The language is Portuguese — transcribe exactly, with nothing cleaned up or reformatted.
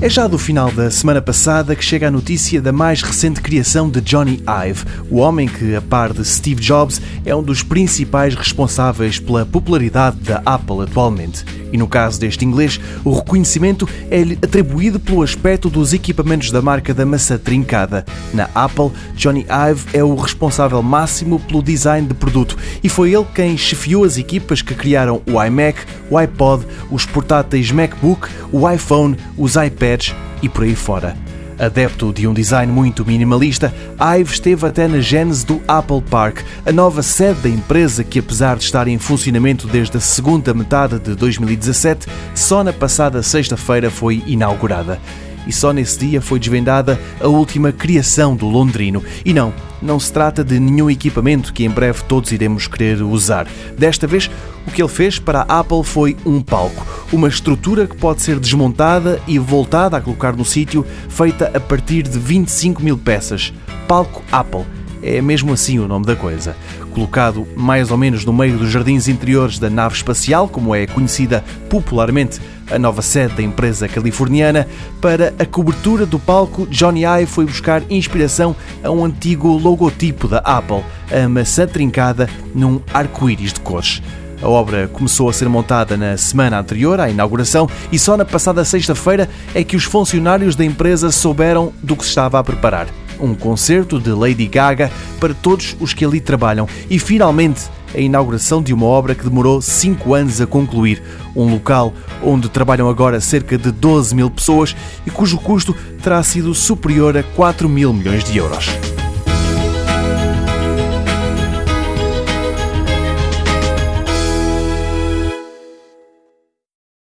É já do final da semana passada que chega a notícia da mais recente criação de Jony Ive, o homem que, a par de Steve Jobs, é um dos principais responsáveis pela popularidade da Apple atualmente. E no caso deste inglês, o reconhecimento é-lhe atribuído pelo aspecto dos equipamentos da marca da maçã trincada. Na Apple, Jony Ive é o responsável máximo pelo design de produto e foi ele quem chefiou as equipas que criaram o iMac, o iPod, os portáteis MacBook, o iPhone, os iPads e por aí fora. Adepto de um design muito minimalista, Ive esteve até na gênese do Apple Park, a nova sede da empresa que, apesar de estar em funcionamento desde a segunda metade de dois mil e dezassete, só na passada sexta-feira foi inaugurada. E só nesse dia foi desvendada a última criação do londrino. E não, não se trata de nenhum equipamento que em breve todos iremos querer usar. Desta vez, o que ele fez para a Apple foi um palco. Uma estrutura que pode ser desmontada e voltada a colocar no sítio, feita a partir de vinte e cinco mil peças. Palco Apple. É mesmo assim o nome da coisa. Colocado mais ou menos no meio dos jardins interiores da nave espacial, como é conhecida popularmente a nova sede da empresa californiana, para a cobertura do palco, Jony Ive foi buscar inspiração a um antigo logotipo da Apple, a maçã trincada num arco-íris de cores. A obra começou a ser montada na semana anterior à inauguração e só na passada sexta-feira é que os funcionários da empresa souberam do que se estava a preparar. Um concerto de Lady Gaga para todos os que ali trabalham e, finalmente, a inauguração de uma obra que demorou cinco anos a concluir. Um local onde trabalham agora cerca de doze mil pessoas e cujo custo terá sido superior a quatro mil milhões de euros.